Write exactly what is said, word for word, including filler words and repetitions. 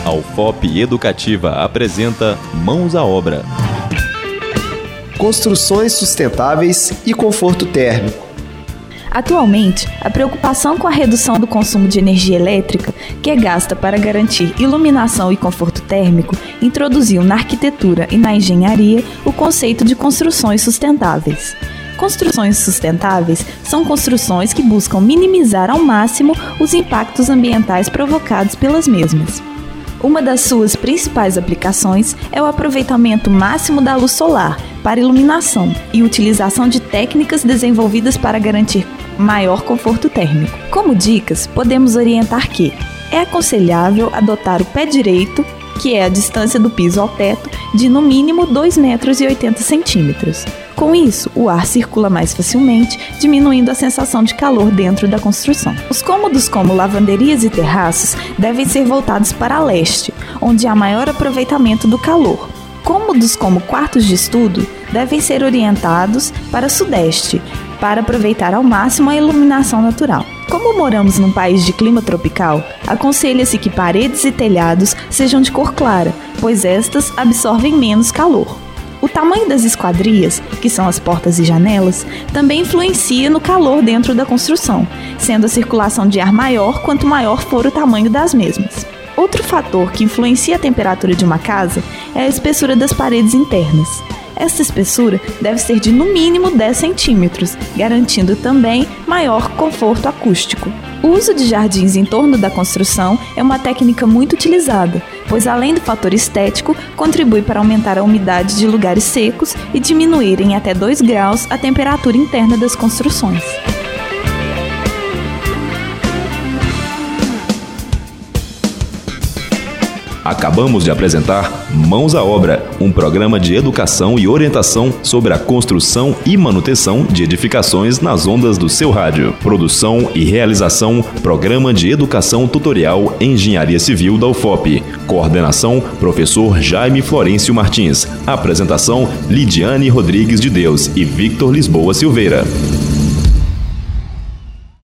A U F O P Educativa apresenta Mãos à Obra. Construções sustentáveis e conforto térmico. Atualmente, a preocupação com a redução do consumo de energia elétrica, que é gasta para garantir iluminação e conforto térmico, introduziu na arquitetura e na engenharia o conceito de construções sustentáveis. Construções sustentáveis são construções que buscam minimizar ao máximo os impactos ambientais provocados pelas mesmas. Uma das suas principais aplicações é o aproveitamento máximo da luz solar para iluminação e utilização de técnicas desenvolvidas para garantir maior conforto térmico. Como dicas, podemos orientar que é aconselhável adotar o pé direito, que é a distância do piso ao teto, de no mínimo dois metros e oitenta centímetros. Com isso, o ar circula mais facilmente, diminuindo a sensação de calor dentro da construção. Os cômodos como lavanderias e terraços devem ser voltados para leste, onde há maior aproveitamento do calor. Cômodos como quartos de estudo devem ser orientados para sudeste, para aproveitar ao máximo a iluminação natural. Como moramos num país de clima tropical, aconselha-se que paredes e telhados sejam de cor clara, pois estas absorvem menos calor. O tamanho das esquadrias, que são as portas e janelas, também influencia no calor dentro da construção, sendo a circulação de ar maior quanto maior for o tamanho das mesmas. Outro fator que influencia a temperatura de uma casa é a espessura das paredes internas. Esta espessura deve ser de no mínimo dez centímetros, garantindo também maior conforto acústico. O uso de jardins em torno da construção é uma técnica muito utilizada, pois além do fator estético, contribui para aumentar a umidade de lugares secos e diminuir em até dois graus a temperatura interna das construções. Acabamos de apresentar Mãos à Obra, um programa de educação e orientação sobre a construção e manutenção de edificações nas ondas do seu rádio. Produção e realização, Programa de Educação Tutorial Engenharia Civil da U F O P. Coordenação, Professor Jaime Florencio Martins. Apresentação, Lidiane Rodrigues de Deus e Victor Lisboa Silveira.